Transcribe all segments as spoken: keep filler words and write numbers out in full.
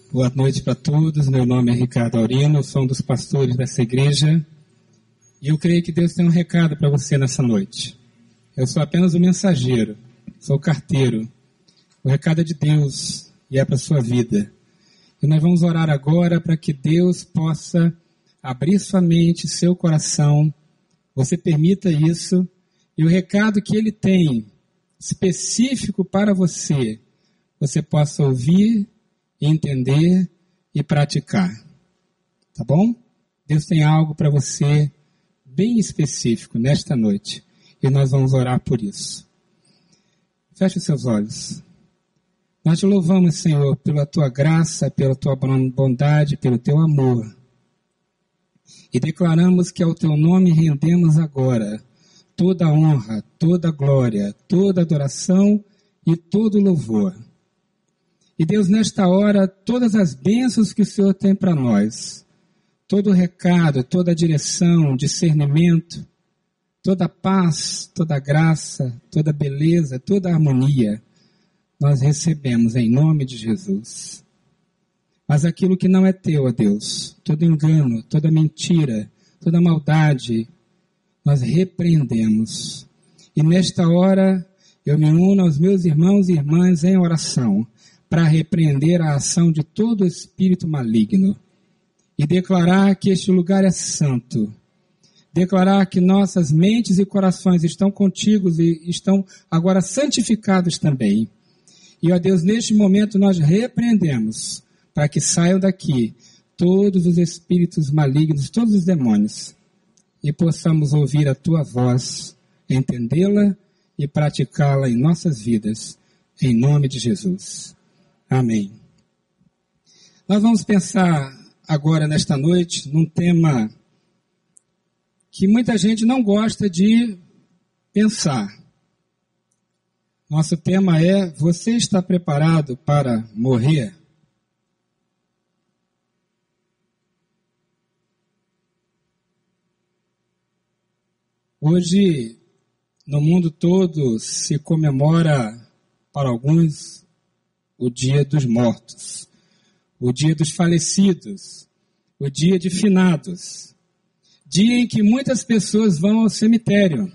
Boa noite para todos, meu nome é Ricardo Aurino, sou um dos pastores dessa igreja e eu creio que Deus tem um recado para você nessa noite. Eu sou apenas o mensageiro, sou o carteiro. O recado é de Deus e é para a sua vida. E nós vamos orar agora para que Deus possa abrir sua mente, seu coração, você permita isso, e o recado que Ele tem específico para você, você possa ouvir, entender e praticar. Tá bom? Deus tem algo para você bem específico nesta noite, e nós vamos orar por isso. Feche os seus olhos. Nós te louvamos, Senhor, pela tua graça, pela tua bondade, pelo teu amor. E declaramos que ao teu nome rendemos agora toda a honra, toda a glória, toda a adoração e todo o louvor. E Deus, nesta hora, todas as bênçãos que o Senhor tem para nós, todo o recado, toda a direção, discernimento, toda a paz, toda a graça, toda a beleza, toda a harmonia, nós recebemos em nome de Jesus. Mas aquilo que não é teu, ó Deus, todo engano, toda mentira, toda maldade, nós repreendemos. E nesta hora, eu me uno aos meus irmãos e irmãs em oração, para repreender a ação de todo espírito maligno e declarar que este lugar é santo, declarar que nossas mentes e corações estão contigo e estão agora santificados também. E, ó Deus, neste momento nós repreendemos para que saiam daqui todos os espíritos malignos, todos os demônios, e possamos ouvir a tua voz, entendê-la e praticá-la em nossas vidas, em nome de Jesus. Amém. Nós vamos pensar agora, nesta noite, num tema que muita gente não gosta de pensar. Nosso tema é: você está preparado para morrer? Hoje, no mundo todo, se comemora, para alguns, o dia dos mortos, o dia dos falecidos, o dia de finados, dia em que muitas pessoas vão ao cemitério.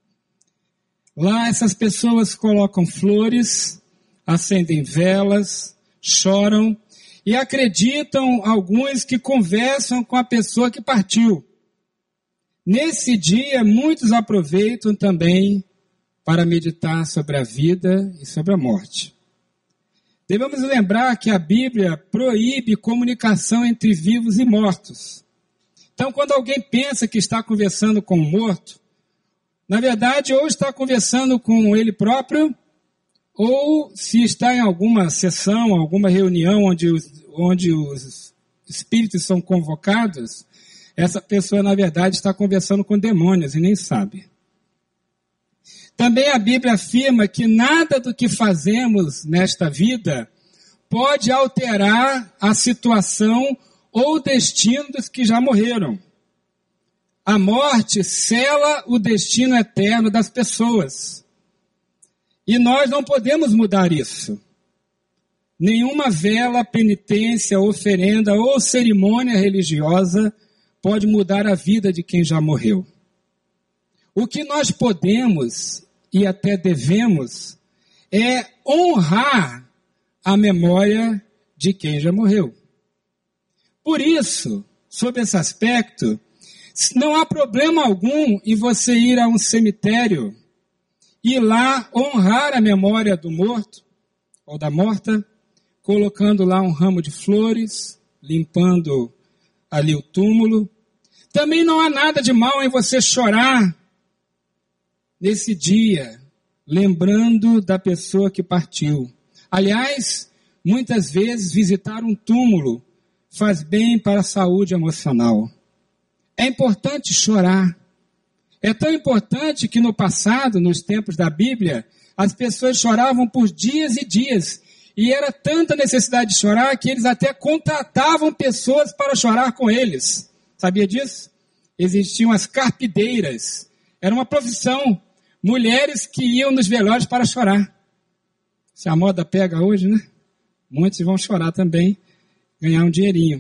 Lá essas pessoas colocam flores, acendem velas, choram e acreditam alguns que conversam com a pessoa que partiu. Nesse dia, muitos aproveitam também para meditar sobre a vida e sobre a morte. Devemos lembrar que a Bíblia proíbe comunicação entre vivos e mortos. Então, quando alguém pensa que está conversando com um morto, na verdade, ou está conversando com ele próprio, ou se está em alguma sessão, alguma reunião onde os, onde os espíritos são convocados, essa pessoa, na verdade, está conversando com demônios e nem sabe. Também a Bíblia afirma que nada do que fazemos nesta vida pode alterar a situação ou o destino dos que já morreram. A morte sela o destino eterno das pessoas. E nós não podemos mudar isso. Nenhuma vela, penitência, oferenda ou cerimônia religiosa pode mudar a vida de quem já morreu. O que nós podemos e até devemos é honrar a memória de quem já morreu. Por isso, sob esse aspecto, não há problema algum em você ir a um cemitério e lá honrar a memória do morto ou da morta, colocando lá um ramo de flores, limpando ali o túmulo. Também não há nada de mal em você chorar nesse dia, lembrando da pessoa que partiu. Aliás, muitas vezes visitar um túmulo faz bem para a saúde emocional. É importante chorar. É tão importante que no passado, nos tempos da Bíblia, as pessoas choravam por dias e dias. E era tanta necessidade de chorar que eles até contratavam pessoas para chorar com eles. Sabia disso? Existiam as carpideiras. Era uma profissão. Mulheres que iam nos velórios para chorar. Se a moda pega hoje, né? Muitos vão chorar também. ganhar um dinheirinho.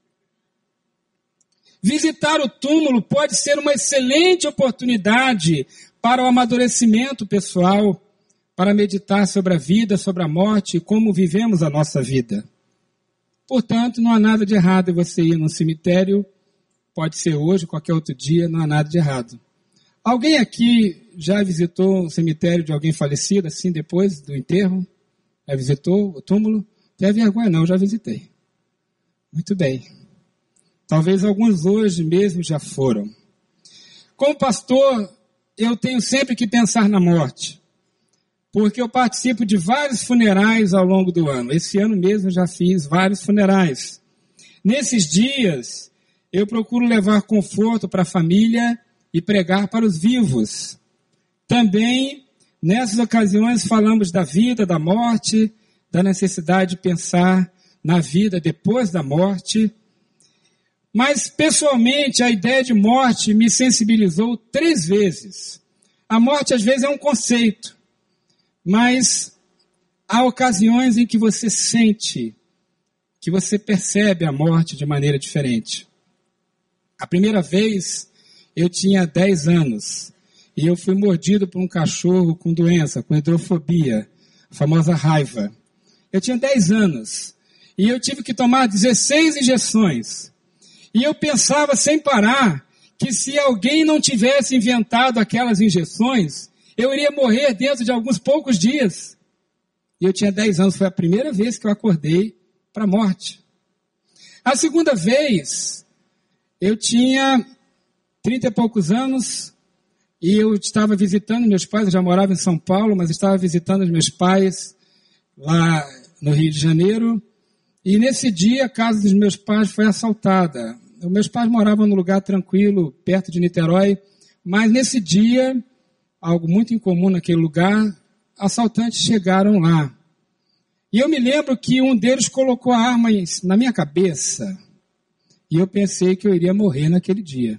Visitar o túmulo pode ser uma excelente oportunidade para o amadurecimento pessoal, para meditar sobre a vida, sobre a morte e como vivemos a nossa vida. Portanto, não há nada de errado em você ir num cemitério, pode ser hoje, qualquer outro dia, não há nada de errado. Alguém aqui já visitou o cemitério de alguém falecido, assim, depois do enterro? Já visitou o túmulo? Não tem vergonha não, já visitei. Muito bem. Talvez alguns hoje mesmo já foram. Como pastor, eu tenho sempre que pensar na morte, porque eu participo de vários funerais ao longo do ano. Esse ano mesmo eu já fiz vários funerais. Nesses dias, eu procuro levar conforto para a família e pregar para os vivos. Também, nessas ocasiões, falamos da vida, da morte, da necessidade de pensar na vida depois da morte. Mas, pessoalmente, a ideia de morte me sensibilizou três vezes. A morte, às vezes, é um conceito, mas há ocasiões em que você sente, que você percebe a morte de maneira diferente. A primeira vez, eu tinha dez anos, e eu fui mordido por um cachorro com doença, com hidrofobia, a famosa raiva. Eu tinha dez anos, e eu tive que tomar dezesseis injeções. E eu pensava sem parar que se alguém não tivesse inventado aquelas injeções, eu iria morrer dentro de alguns poucos dias. E eu tinha dez anos, foi a primeira vez que eu acordei para a morte. A segunda vez, eu tinha trinta e poucos anos e eu estava visitando meus pais, eu já morava em São Paulo, mas estava visitando os meus pais lá no Rio de Janeiro. E nesse dia a casa dos meus pais foi assaltada. Os meus pais moravam num lugar tranquilo, perto de Niterói, mas nesse dia, algo muito incomum naquele lugar, assaltantes chegaram lá. E eu me lembro que um deles colocou a arma na minha cabeça e eu pensei que eu iria morrer naquele dia.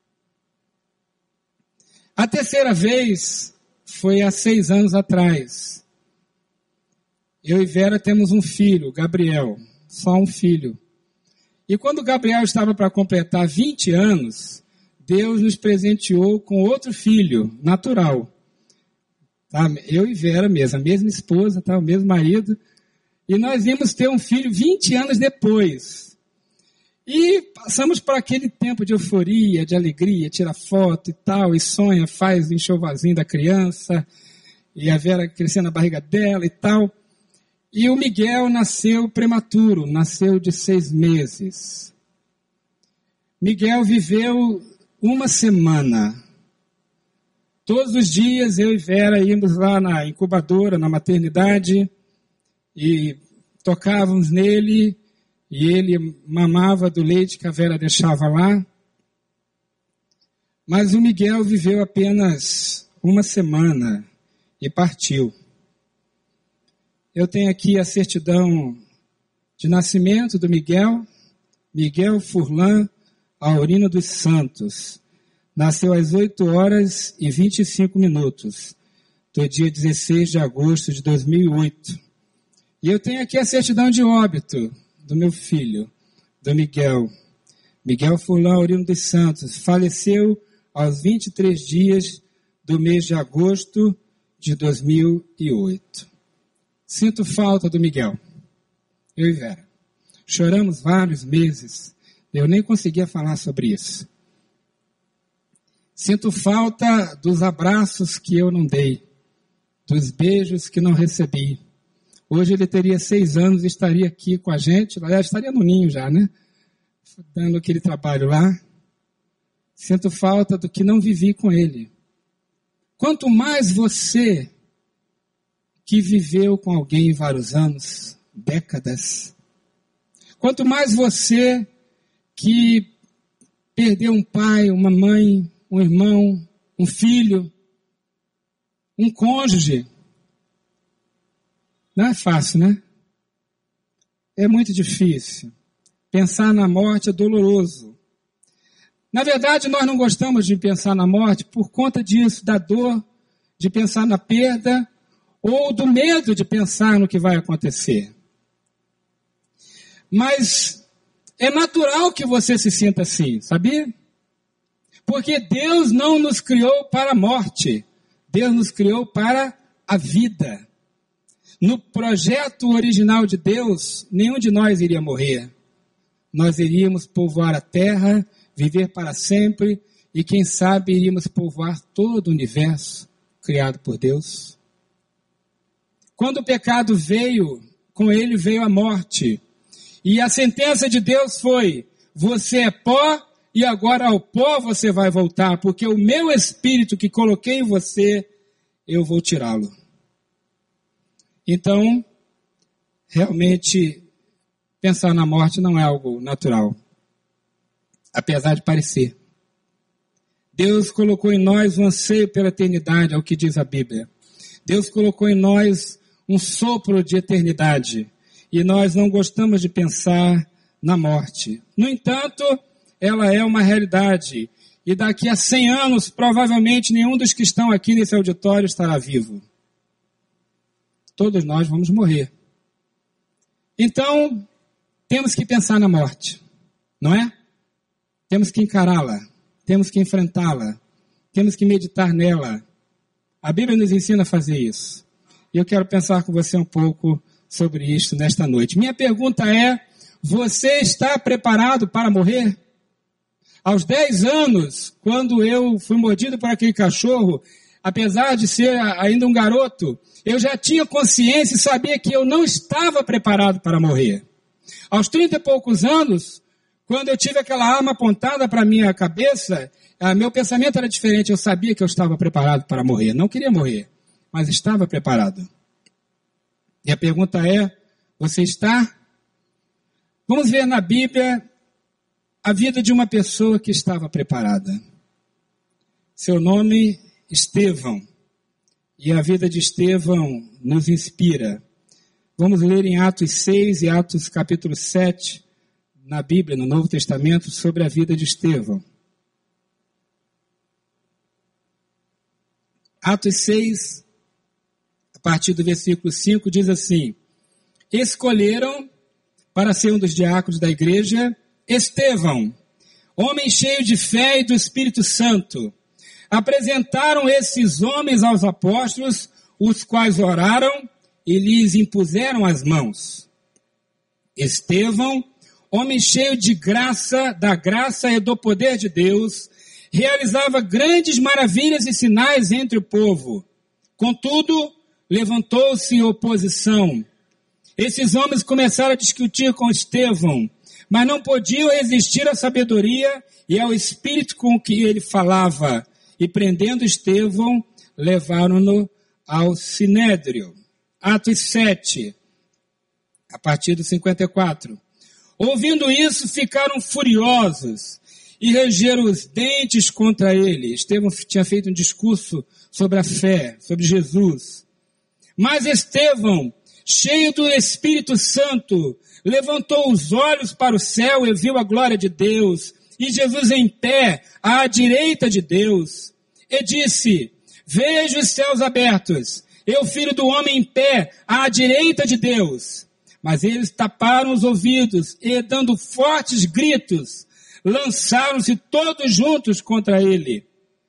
A terceira vez foi há seis anos atrás. Eu e Vera temos um filho, Gabriel, só um filho. E quando Gabriel estava para completar vinte anos, Deus nos presenteou com outro filho, natural. Tá? Eu e Vera mesmo, a mesma esposa, tá? O mesmo marido. E nós íamos ter um filho vinte anos depois. E passamos por aquele tempo de euforia, de alegria, tira foto e tal, e sonha, faz o enxovalzinho da criança, e a Vera crescendo na barriga dela e tal. E o Miguel nasceu prematuro, nasceu de seis meses. Miguel viveu uma semana. Todos os dias eu e Vera íamos lá na incubadora, na maternidade, e tocávamos nele, e ele mamava do leite que a Vera deixava lá. Mas o Miguel viveu apenas uma semana e partiu. Eu tenho aqui a certidão de nascimento do Miguel, Miguel Furlan Aurino dos Santos. Nasceu às oito horas e vinte e cinco minutos, do dia dezesseis de agosto de dois mil e oito. E eu tenho aqui a certidão de óbito do meu filho, do Miguel. Miguel Furlan Aurino dos Santos faleceu aos vinte e três dias do mês de agosto de dois mil e oito. Sinto falta do Miguel, eu e Vera. Choramos vários meses, eu nem conseguia falar sobre isso. Sinto falta dos abraços que eu não dei, dos beijos que não recebi. Hoje ele teria seis anos e estaria aqui com a gente, aliás, estaria no ninho já, né? Dando aquele trabalho lá. Sinto falta do que não vivi com ele. Quanto mais você que viveu com alguém vários anos, décadas. Quanto mais você que perdeu um pai, uma mãe, um irmão, um filho, um cônjuge. Não é fácil, né? É muito difícil. Pensar na morte é doloroso. Na verdade, nós não gostamos de pensar na morte por conta disso, da dor, de pensar na perda, ou do medo de pensar no que vai acontecer. Mas é natural que você se sinta assim, sabia? Porque Deus não nos criou para a morte. Deus nos criou para a vida. No projeto original de Deus, nenhum de nós iria morrer. Nós iríamos povoar a terra, viver para sempre, e quem sabe iríamos povoar todo o universo criado por Deus. Quando o pecado veio, com ele veio a morte. E a sentença de Deus foi: você é pó e agora ao pó você vai voltar, porque o meu espírito que coloquei em você, eu vou tirá-lo. Então, realmente, pensar na morte não é algo natural, apesar de parecer. Deus colocou em nós um anseio pela eternidade, é o que diz a Bíblia. Deus colocou em nós um sopro de eternidade, e nós não gostamos de pensar na morte. No entanto, ela é uma realidade, e daqui a cem anos, provavelmente nenhum dos que estão aqui nesse auditório estará vivo. Todos nós vamos morrer. Então, temos que pensar na morte, não é? Temos que encará-la, temos que enfrentá-la, temos que meditar nela. A Bíblia nos ensina a fazer isso. E eu quero pensar com você um pouco sobre isso nesta noite. Minha pergunta é: você está preparado para morrer? Aos dez anos, quando eu fui mordido por aquele cachorro, apesar de ser ainda um garoto, eu já tinha consciência e sabia que eu não estava preparado para morrer. Aos trinta e poucos anos, quando eu tive aquela arma apontada para a minha cabeça, meu pensamento era diferente. Eu sabia que eu estava preparado para morrer. Não queria morrer, mas estava preparado. E a pergunta é: você está? Vamos ver na Bíblia a vida de uma pessoa que estava preparada. Seu nome, Estevão. E a vida de Estevão nos inspira. Vamos ler em Atos seis e Atos capítulo sete, na Bíblia, no Novo Testamento, sobre a vida de Estevão. Atos seis, a partir do versículo cinco, diz assim: escolheram para ser um dos diáconos da igreja Estevão, homem cheio de fé e do Espírito Santo. Apresentaram esses homens aos apóstolos, os quais oraram e lhes impuseram as mãos. Estevão, homem cheio de graça, da graça e do poder de Deus, realizava grandes maravilhas e sinais entre o povo. Contudo, levantou-se oposição. Esses homens começaram a discutir com Estevão, mas não podiam resistir à sabedoria e ao espírito com que ele falava. E prendendo Estevão, levaram-no ao Sinédrio. Atos sete, a partir do cinquenta e quatro. Ouvindo isso, ficaram furiosos e rangeram os dentes contra ele. Estevão tinha feito um discurso sobre a fé, sobre Jesus. Mas Estevão, cheio do Espírito Santo, levantou os olhos para o céu e viu a glória de Deus, e Jesus em pé, à direita de Deus, e disse: vejo os céus abertos, e o Filho do Homem em pé, à direita de Deus. Mas eles taparam os ouvidos, e dando fortes gritos, lançaram-se todos juntos contra ele.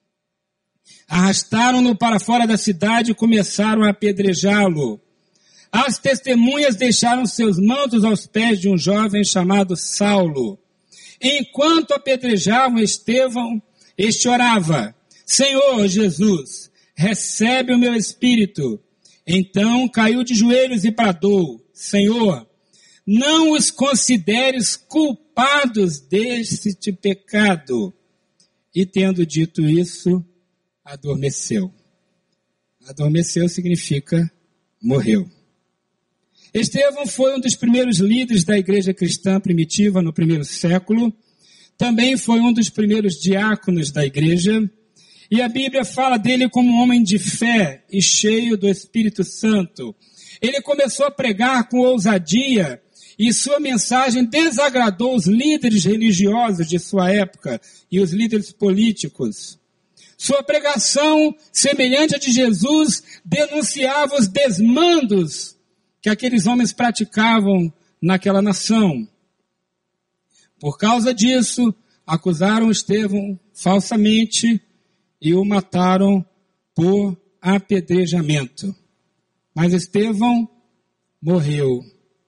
Arrastaram-no para fora da cidade e começaram a apedrejá-lo. As testemunhas deixaram seus mantos aos pés de um jovem chamado Saulo. Enquanto apedrejavam Estevão, este orava: Senhor Jesus, recebe o meu espírito. Então caiu de joelhos e bradou: Senhor, não os consideres culpados deste pecado. E tendo dito isso, adormeceu. Adormeceu significa morreu. Estevão foi um dos primeiros líderes da igreja cristã primitiva no primeiro século. Também foi um dos primeiros diáconos da igreja. E a Bíblia fala dele como um homem de fé e cheio do Espírito Santo. Ele começou a pregar com ousadia e sua mensagem desagradou os líderes religiosos de sua época e os líderes políticos. Sua pregação, semelhante à de Jesus, denunciava os desmandos que aqueles homens praticavam naquela nação. Por causa disso, acusaram Estevão falsamente e o mataram por apedrejamento. Mas Estevão morreu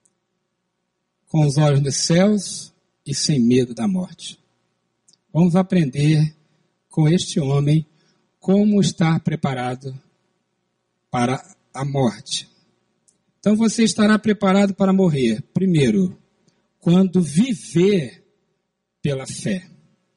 com os olhos nos céus e sem medo da morte. Vamos aprender com este homem como estar preparado para a morte. Então você estará preparado para morrer, primeiro, quando viver pela fé.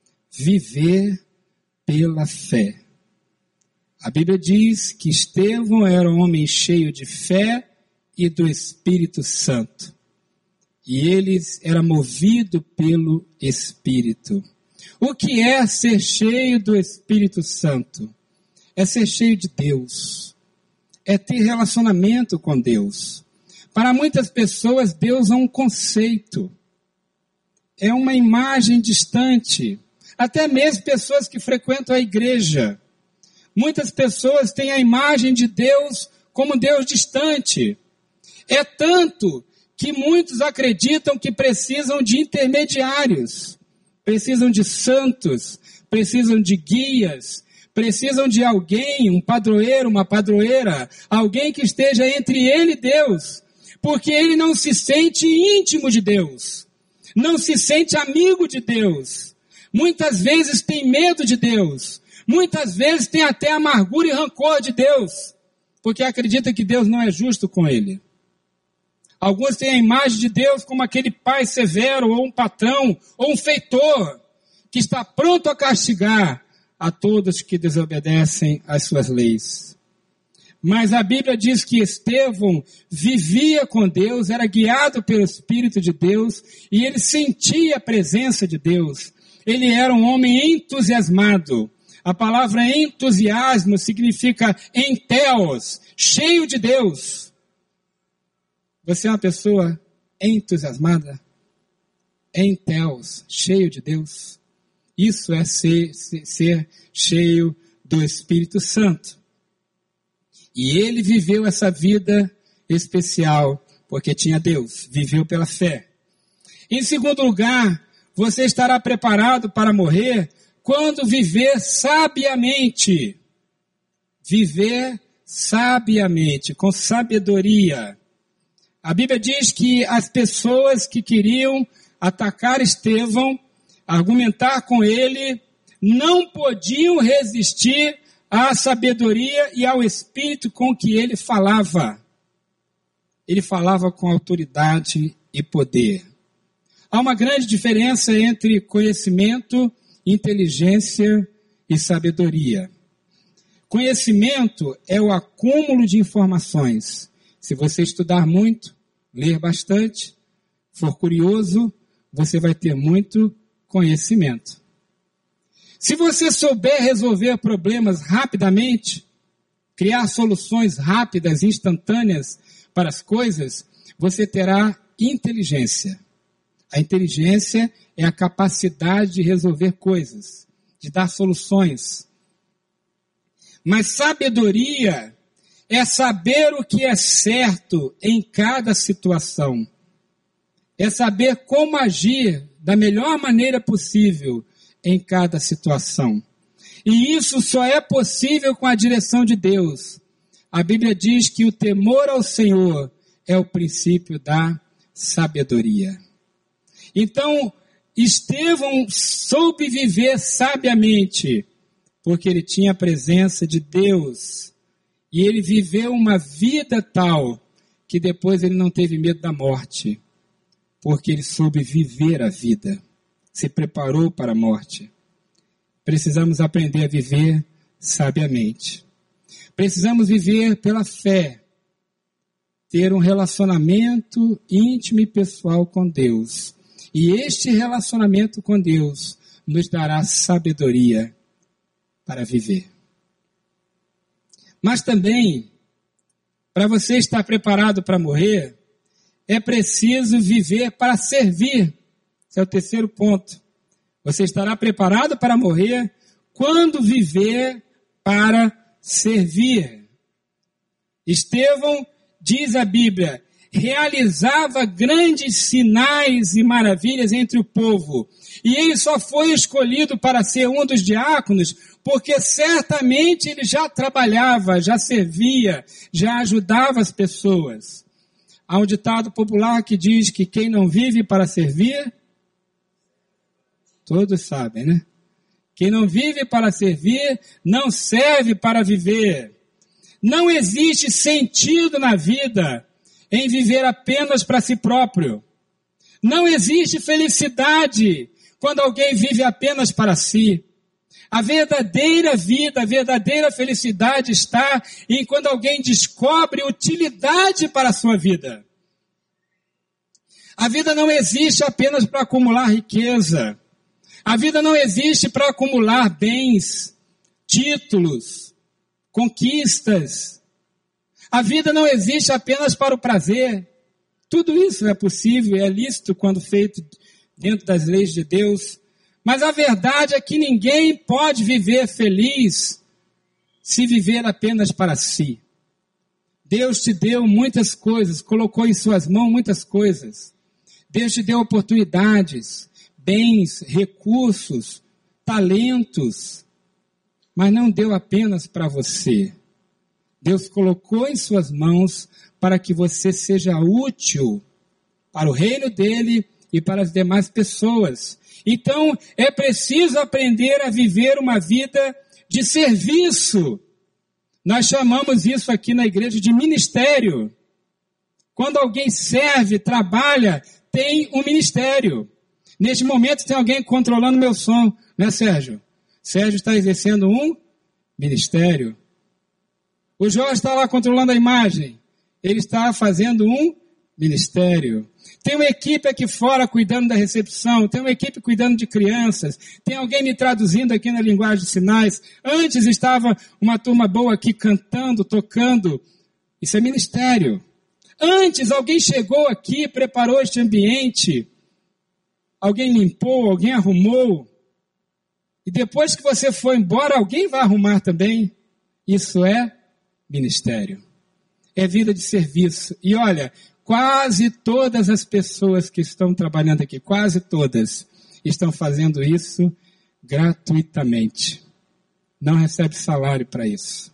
Viver pela fé. A Bíblia diz que Estevão era um homem cheio de fé e do Espírito Santo. E ele era movido pelo Espírito. O que é ser cheio do Espírito Santo? É ser cheio de Deus. É ter relacionamento com Deus. Para muitas pessoas, Deus é um conceito. É uma imagem distante. Até mesmo pessoas que frequentam a igreja. Muitas pessoas têm a imagem de Deus como Deus distante. É tanto que muitos acreditam que precisam de intermediários, precisam de santos, precisam de guias, precisam de alguém, um padroeiro, uma padroeira, alguém que esteja entre ele e Deus, porque ele não se sente íntimo de Deus, não se sente amigo de Deus, muitas vezes tem medo de Deus, muitas vezes tem até amargura e rancor de Deus, porque acredita que Deus não é justo com ele. Alguns têm a imagem de Deus como aquele pai severo, ou um patrão, ou um feitor, que está pronto a castigar a todos que desobedecem às suas leis. Mas a Bíblia diz que Estevão vivia com Deus, era guiado pelo Espírito de Deus, e ele sentia a presença de Deus. Ele era um homem entusiasmado. A palavra entusiasmo significa enteos, cheio de Deus. Você é uma pessoa entusiasmada? Enteos, cheio de Deus. Isso é ser, ser, ser cheio do Espírito Santo. E ele viveu essa vida especial, porque tinha Deus, viveu pela fé. Em segundo lugar, você estará preparado para morrer quando viver sabiamente. Viver sabiamente, com sabedoria. A Bíblia diz que as pessoas que queriam atacar Estevão, argumentar com ele, não podiam resistir à sabedoria e ao espírito com que ele falava. Ele falava com autoridade e poder. Há uma grande diferença entre conhecimento, inteligência e sabedoria. Conhecimento é o acúmulo de informações. Se você estudar muito, ler bastante, for curioso, você vai ter muito conhecimento. Se você souber resolver problemas rapidamente, criar soluções rápidas, instantâneas para as coisas, você terá inteligência. A inteligência é a capacidade de resolver coisas, de dar soluções. Mas sabedoria é saber o que é certo em cada situação. É saber como agir da melhor maneira possível em cada situação. E isso só é possível com a direção de Deus. A Bíblia diz que o temor ao Senhor é o princípio da sabedoria. Então, Estevão soube viver sabiamente, porque ele tinha a presença de Deus. E ele viveu uma vida tal que depois ele não teve medo da morte, porque ele soube viver a vida, se preparou para a morte. Precisamos aprender a viver sabiamente. Precisamos viver pela fé, ter um relacionamento íntimo e pessoal com Deus. E este relacionamento com Deus nos dará sabedoria para viver. Mas também, para você estar preparado para morrer, é preciso viver para servir. Esse é o terceiro ponto. Você estará preparado para morrer quando viver para servir. Estevão, diz a Bíblia, realizava grandes sinais e maravilhas entre o povo. E ele só foi escolhido para ser um dos diáconos, porque certamente ele já trabalhava, já servia, já ajudava as pessoas. Há um ditado popular que diz que quem não vive para servir, todos sabem, né? Quem não vive para servir, não serve para viver. Não existe sentido na vida em viver apenas para si próprio. Não existe felicidade quando alguém vive apenas para si. A verdadeira vida, a verdadeira felicidade está em quando alguém descobre utilidade para a sua vida. A vida não existe apenas para acumular riqueza. A vida não existe para acumular bens, títulos, conquistas. A vida não existe apenas para o prazer. Tudo isso é possível, é lícito quando feito dentro das leis de Deus. Mas a verdade é que ninguém pode viver feliz se viver apenas para si. Deus te deu muitas coisas, colocou em suas mãos muitas coisas. Deus te deu oportunidades, bens, recursos, talentos, mas não deu apenas para você. Deus colocou em suas mãos para que você seja útil para o reino dele e para as demais pessoas. Então, é preciso aprender a viver uma vida de serviço. Nós chamamos isso aqui na igreja de ministério. Quando alguém serve, trabalha, tem um ministério. Neste momento tem alguém controlando meu som, né, Sérgio? Sérgio está exercendo um ministério. O Jorge está lá controlando a imagem. Ele está fazendo um ministério. Tem uma equipe aqui fora cuidando da recepção, tem uma equipe cuidando de crianças, tem alguém me traduzindo aqui na linguagem de sinais. Antes estava uma turma boa aqui cantando, tocando. Isso é ministério. Antes alguém chegou aqui, preparou este ambiente, alguém limpou, alguém arrumou. E depois que você for embora, alguém vai arrumar também. Isso é ministério. É vida de serviço. E olha, quase todas as pessoas que estão trabalhando aqui, quase todas, estão fazendo isso gratuitamente. Não recebe salário para isso.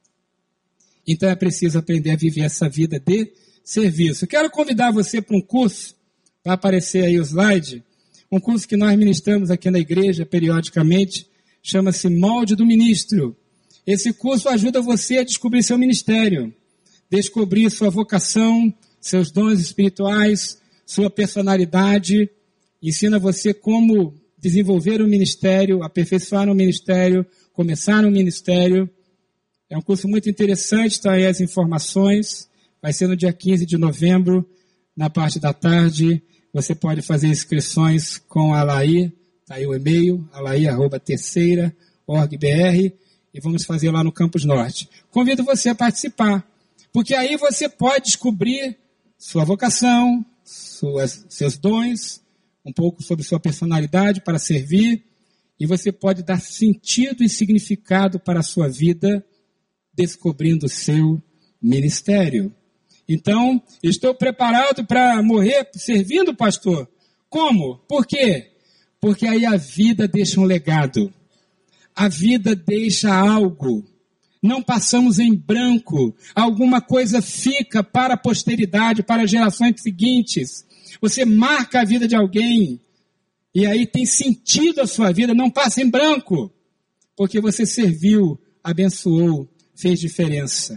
Então é preciso aprender a viver essa vida de serviço. Eu quero convidar você para um curso, vai aparecer aí o slide, um curso que nós ministramos aqui na igreja periodicamente, chama-se Molde do Ministro. Esse curso ajuda você a descobrir seu ministério, descobrir sua vocação, seus dons espirituais, sua personalidade, ensina você como desenvolver um ministério, aperfeiçoar um ministério, começar um ministério. É um curso muito interessante, estão aí as informações, vai ser no dia quinze de novembro, na parte da tarde. Você pode fazer inscrições com a Alaí, está aí o e-mail, alaí arroba terceira ponto org ponto br, e vamos fazer lá no Campus Norte. Convido você a participar, porque aí você pode descobrir sua vocação, suas, seus dons, um pouco sobre sua personalidade para servir, e você pode dar sentido e significado para a sua vida, descobrindo o seu ministério. Então, estou preparado para morrer servindo, pastor? Como? Por quê? Porque aí a vida deixa um legado. A vida deixa algo. Não passamos em branco. Alguma coisa fica para a posteridade, para as gerações seguintes. Você marca a vida de alguém. E aí tem sentido a sua vida. Não passa em branco. Porque você serviu, abençoou, fez diferença.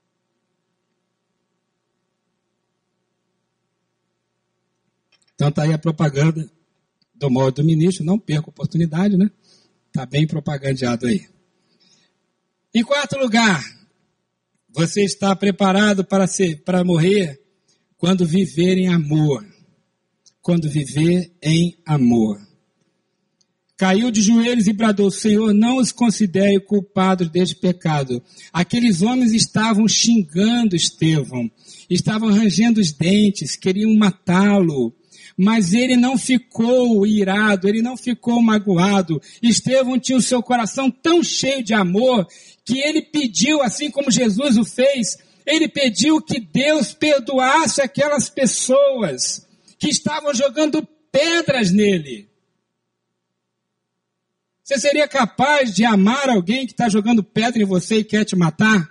Então está aí a propaganda do Molde do Ministro. Não perca a oportunidade, né? Está bem propagandeado aí. Em quarto lugar, você está preparado para, ser, para morrer quando viver em amor. Quando viver em amor. Caiu de joelhos e bradou: Senhor, não os considere culpados deste pecado. Aqueles homens estavam xingando Estevão, estavam rangendo os dentes, queriam matá-lo. Mas ele não ficou irado, ele não ficou magoado. Estevão tinha o seu coração tão cheio de amor que ele pediu, assim como Jesus o fez, ele pediu que Deus perdoasse aquelas pessoas que estavam jogando pedras nele. Você seria capaz de amar alguém que está jogando pedra em você e quer te matar?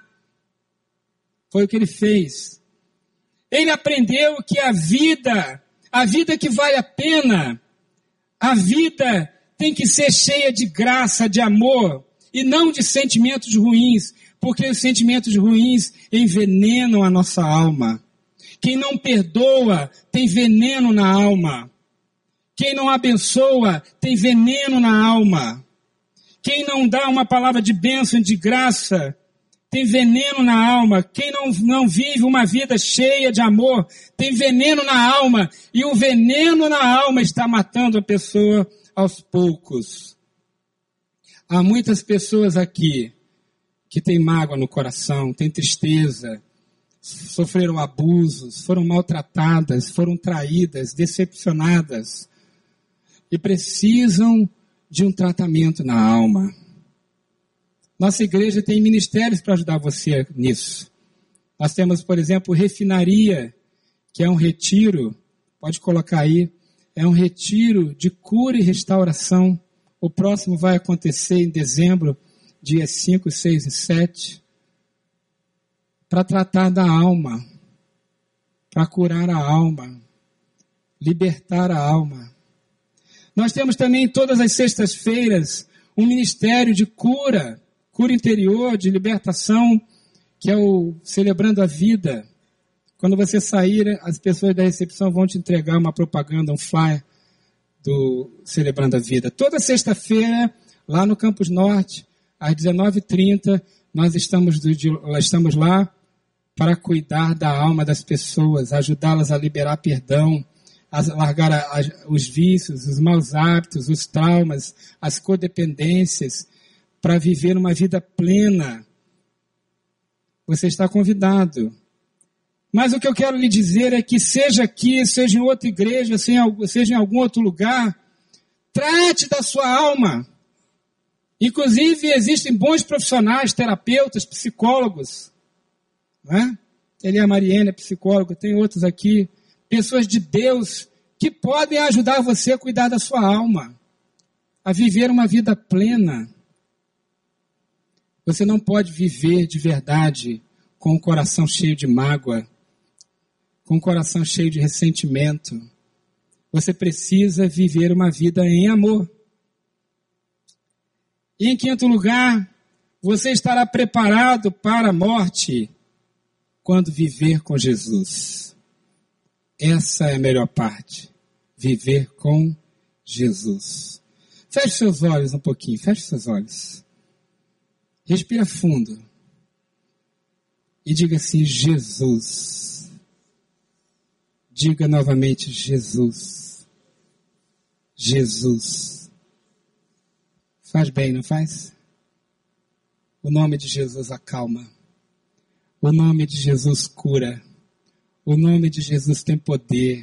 Foi o que ele fez. Ele aprendeu que a vida, a vida que vale a pena, a vida tem que ser cheia de graça, de amor, e não de sentimentos ruins, porque os sentimentos ruins envenenam a nossa alma. Quem não perdoa tem veneno na alma. Quem não abençoa tem veneno na alma. Quem não dá uma palavra de bênção, de graça, tem veneno na alma. Quem não, não vive uma vida cheia de amor, tem veneno na alma. E o veneno na alma está matando a pessoa aos poucos. Há muitas pessoas aqui que têm mágoa no coração, têm tristeza, sofreram abusos, foram maltratadas, foram traídas, decepcionadas e precisam de um tratamento na alma. Nossa igreja tem ministérios para ajudar você nisso. Nós temos, por exemplo, Refinaria, que é um retiro, pode colocar aí, é um retiro de cura e restauração. O próximo vai acontecer em dezembro, dias cinco, seis e sete, para tratar da alma, para curar a alma, libertar a alma. Nós temos também todas as sextas-feiras um ministério de cura, cura interior, de libertação, que é o Celebrando a Vida. Quando você sair, as pessoas da recepção vão te entregar uma propaganda, um flyer do Celebrando a Vida. Toda sexta-feira, lá no Campus Norte, às dezenove e trinta, nós estamos, do, de, estamos lá para cuidar da alma das pessoas, ajudá-las a liberar perdão, a largar a, a, os vícios, os maus hábitos, os traumas, as codependências, para viver uma vida plena. Você está convidado. Mas o que eu quero lhe dizer é que seja aqui, seja em outra igreja, seja em algum outro lugar, trate da sua alma. Inclusive, existem bons profissionais, terapeutas, psicólogos. Não é? Ele é a Mariana, é psicóloga, tem outros aqui. Pessoas de Deus que podem ajudar você a cuidar da sua alma, a viver uma vida plena. Você não pode viver de verdade com o coração cheio de mágoa, com o coração cheio de ressentimento. Você precisa viver uma vida em amor. E em quinto lugar, você estará preparado para a morte quando viver com Jesus. Essa é a melhor parte, viver com Jesus. Feche seus olhos um pouquinho, feche seus olhos. Respira fundo. E diga assim, Jesus. Diga novamente, Jesus. Jesus. Faz bem, não faz? O nome de Jesus acalma. O nome de Jesus cura. O nome de Jesus tem poder.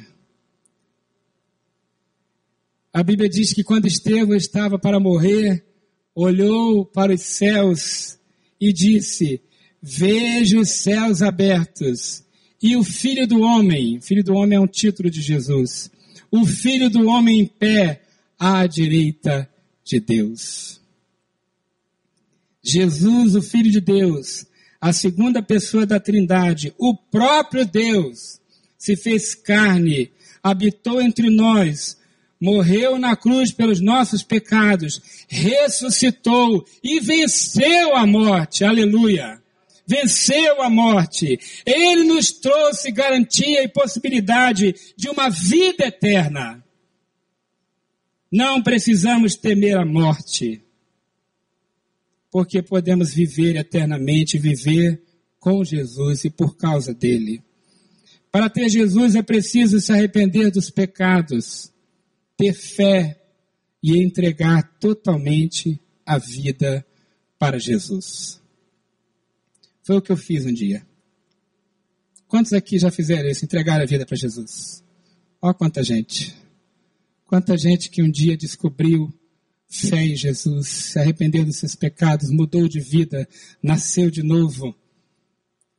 A Bíblia diz que quando Estevão estava para morrer, olhou para os céus e disse, vejo os céus abertos e o Filho do Homem, Filho do Homem é um título de Jesus, o Filho do Homem em pé à direita de Deus. Jesus, o Filho de Deus, a segunda pessoa da Trindade, o próprio Deus, se fez carne, habitou entre nós, morreu na cruz pelos nossos pecados, ressuscitou e venceu a morte, aleluia, venceu a morte. Ele nos trouxe garantia e possibilidade de uma vida eterna. Não precisamos temer a morte, porque podemos viver eternamente, viver com Jesus e por causa dele. Para ter Jesus é preciso se arrepender dos pecados, ter fé e entregar totalmente a vida para Jesus. Foi o que eu fiz um dia. Quantos aqui já fizeram isso, entregar a vida para Jesus? Olha quanta gente. Quanta gente que um dia descobriu fé em Jesus, se arrependeu dos seus pecados, mudou de vida, nasceu de novo.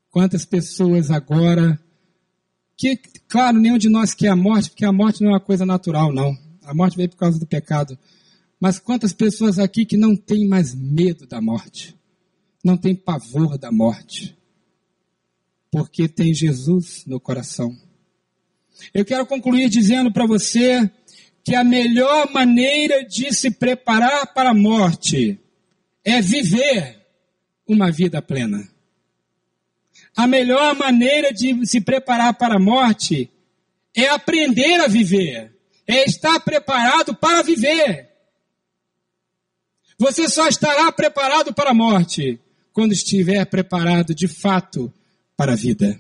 Quantas pessoas agora, que, claro, nenhum de nós quer a morte, porque a morte não é uma coisa natural, não. A morte veio por causa do pecado. Mas quantas pessoas aqui que não têm mais medo da morte, não têm pavor da morte, porque tem Jesus no coração. Eu quero concluir dizendo para você que a melhor maneira de se preparar para a morte é viver uma vida plena. A melhor maneira de se preparar para a morte é aprender a viver, é estar preparado para viver. Você só estará preparado para a morte quando estiver preparado de fato para a vida.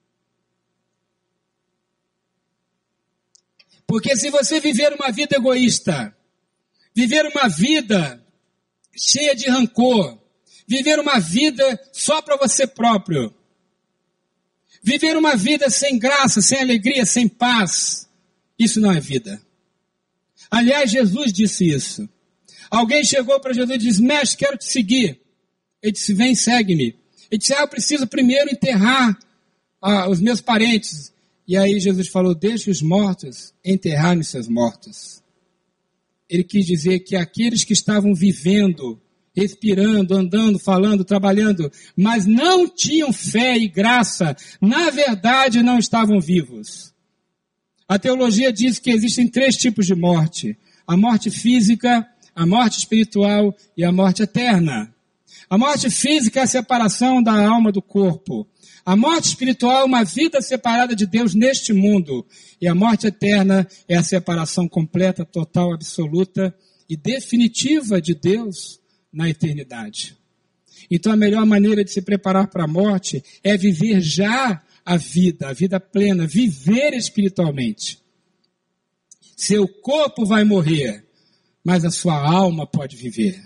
Porque se você viver uma vida egoísta, viver uma vida cheia de rancor, viver uma vida só para você próprio, viver uma vida sem graça, sem alegria, sem paz, isso não é vida. Aliás, Jesus disse isso. Alguém chegou para Jesus e disse: mestre, quero te seguir. Ele disse: vem, segue-me. Ele disse: ah, eu preciso primeiro enterrar ah, os meus parentes. E aí Jesus falou: deixe os mortos enterrarem seus mortos. Ele quis dizer que aqueles que estavam vivendo, respirando, andando, falando, trabalhando, mas não tinham fé e graça, na verdade não estavam vivos. A teologia diz que existem três tipos de morte: a morte física, a morte espiritual e a morte eterna. A morte física é a separação da alma do corpo. A morte espiritual é uma vida separada de Deus neste mundo. E a morte eterna é a separação completa, total, absoluta e definitiva de Deus na eternidade. Então a melhor maneira de se preparar para a morte é viver já a vida, a vida plena, viver espiritualmente. Seu corpo vai morrer, mas a sua alma pode viver.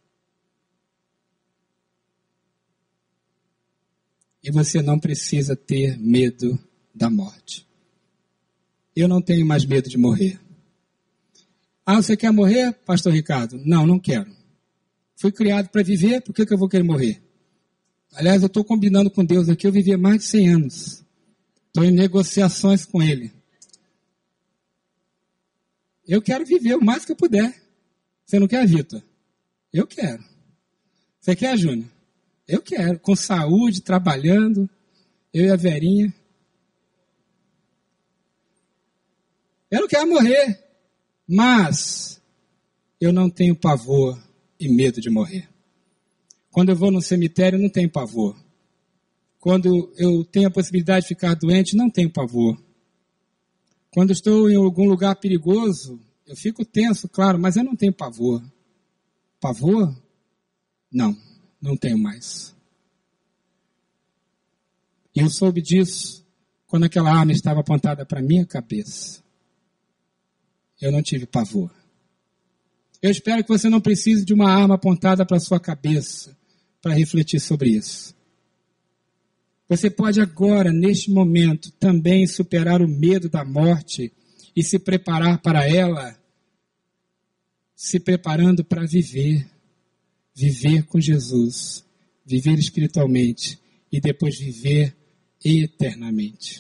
E você não precisa ter medo da morte. Eu não tenho mais medo de morrer. Ah, você quer morrer, pastor Ricardo? Não, não quero. Fui criado para viver, por que, que eu vou querer morrer? Aliás, eu estou combinando com Deus aqui, eu vivi mais de cem anos. Estou em negociações com Ele. Eu quero viver o mais que eu puder. Você não quer, Vitor? Eu quero. Você quer, Júnior? Eu quero. Com saúde, trabalhando. Eu e a Verinha. Eu não quero morrer. Mas eu não tenho pavor e medo de morrer. Quando eu vou no cemitério, não tenho pavor. Quando eu tenho a possibilidade de ficar doente, não tenho pavor. Quando estou em algum lugar perigoso, eu fico tenso, claro, mas eu não tenho pavor. Pavor? Não, não tenho mais. E eu soube disso quando aquela arma estava apontada para a minha cabeça. Eu não tive pavor. Eu espero que você não precise de uma arma apontada para a sua cabeça para refletir sobre isso. Você pode agora, neste momento, também superar o medo da morte e se preparar para ela, se preparando para viver, viver com Jesus, viver espiritualmente e depois viver eternamente.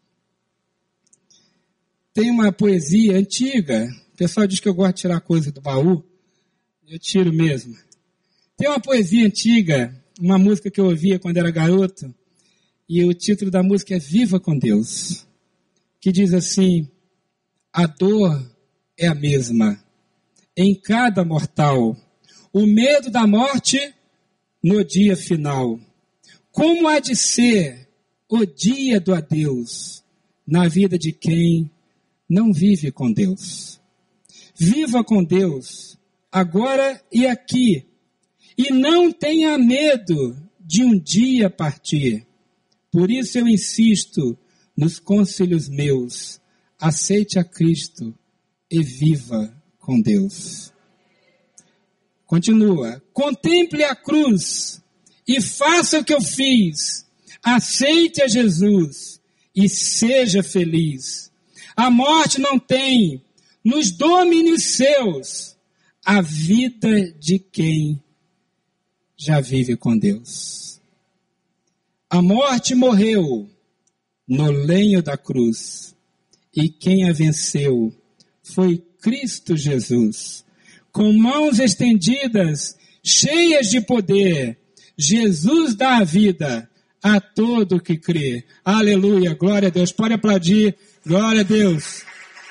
Tem uma poesia antiga, o pessoal diz que eu gosto de tirar coisa do baú, eu tiro mesmo. Tem uma poesia antiga, uma música que eu ouvia quando era garoto, e o título da música é Viva com Deus, que diz assim: a dor é a mesma em cada mortal, o medo da morte no dia final. Como há de ser o dia do adeus na vida de quem não vive com Deus? Viva com Deus, agora e aqui, e não tenha medo de um dia partir. Por isso eu insisto nos conselhos meus, aceite a Cristo e viva com Deus. Continua, contemple a cruz e faça o que eu fiz, aceite a Jesus e seja feliz. A morte não tem nos domínios seus a vida de quem já vive com Deus. A morte morreu no lenho da cruz, e quem a venceu foi Cristo Jesus. Com mãos estendidas, cheias de poder, Jesus dá a vida a todo que crê. Aleluia, glória a Deus. Pode aplaudir, glória a Deus.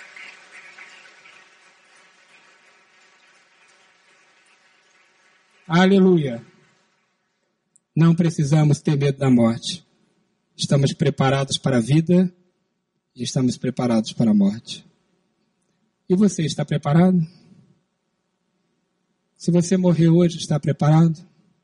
Aleluia. Não precisamos ter medo da morte. Estamos preparados para a vida e estamos preparados para a morte. E você está preparado? Se você morrer hoje, está preparado?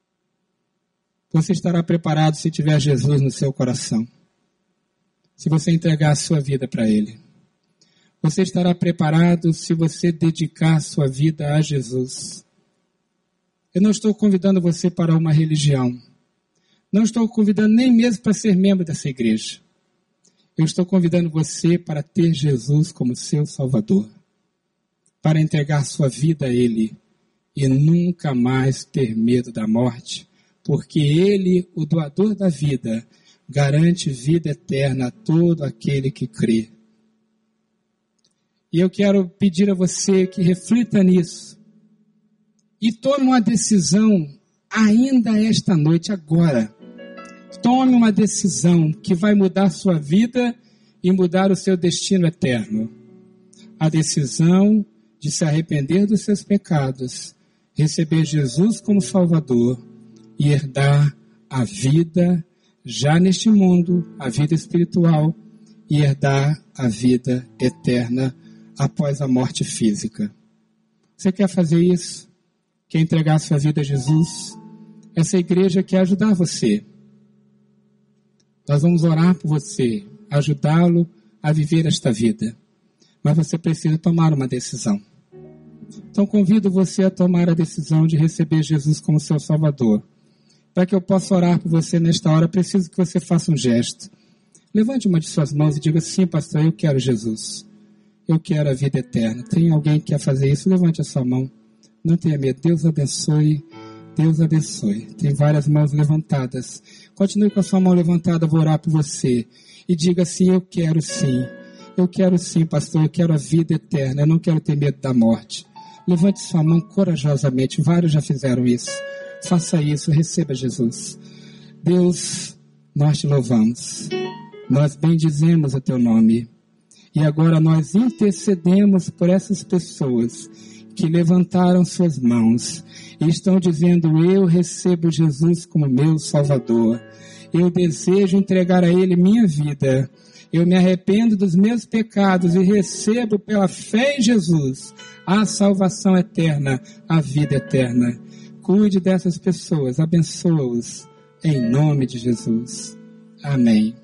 Você estará preparado se tiver Jesus no seu coração. Se você entregar a sua vida para Ele. Você estará preparado se você dedicar a sua vida a Jesus. Eu não estou convidando você para uma religião. Não estou convidando nem mesmo para ser membro dessa igreja. Eu estou convidando você para ter Jesus como seu Salvador. Para entregar sua vida a Ele e nunca mais ter medo da morte, porque Ele, o doador da vida, garante vida eterna a todo aquele que crê. E eu quero pedir a você que reflita nisso e tome uma decisão ainda esta noite, agora. Tome uma decisão que vai mudar sua vida e mudar o seu destino eterno. A decisão de se arrepender dos seus pecados, receber Jesus como Salvador e herdar a vida já neste mundo, a vida espiritual, e herdar a vida eterna após a morte física. Você quer fazer isso? Quer entregar sua vida a Jesus? Essa igreja quer ajudar você. Nós vamos orar por você, ajudá-lo a viver esta vida. Mas você precisa tomar uma decisão. Então convido você a tomar a decisão de receber Jesus como seu Salvador. Para que eu possa orar por você nesta hora, preciso que você faça um gesto. Levante uma de suas mãos e diga: sim, pastor, eu quero Jesus. Eu quero a vida eterna. Tem alguém que quer fazer isso? Levante a sua mão. Não tenha medo. Deus abençoe. Deus abençoe. Tem várias mãos levantadas. Continue com a sua mão levantada, vou orar por você. E diga assim: eu quero sim. Eu quero sim, pastor. Eu quero a vida eterna. Eu não quero ter medo da morte. Levante sua mão corajosamente. Vários já fizeram isso. Faça isso. Receba Jesus. Deus, nós te louvamos. Nós bendizemos o teu nome. E agora nós intercedemos por essas pessoas que levantaram suas mãos e estão dizendo: eu recebo Jesus como meu Salvador. Eu desejo entregar a Ele minha vida. Eu me arrependo dos meus pecados e recebo pela fé em Jesus a salvação eterna, a vida eterna. Cuide dessas pessoas, abençoa-os em nome de Jesus. Amém.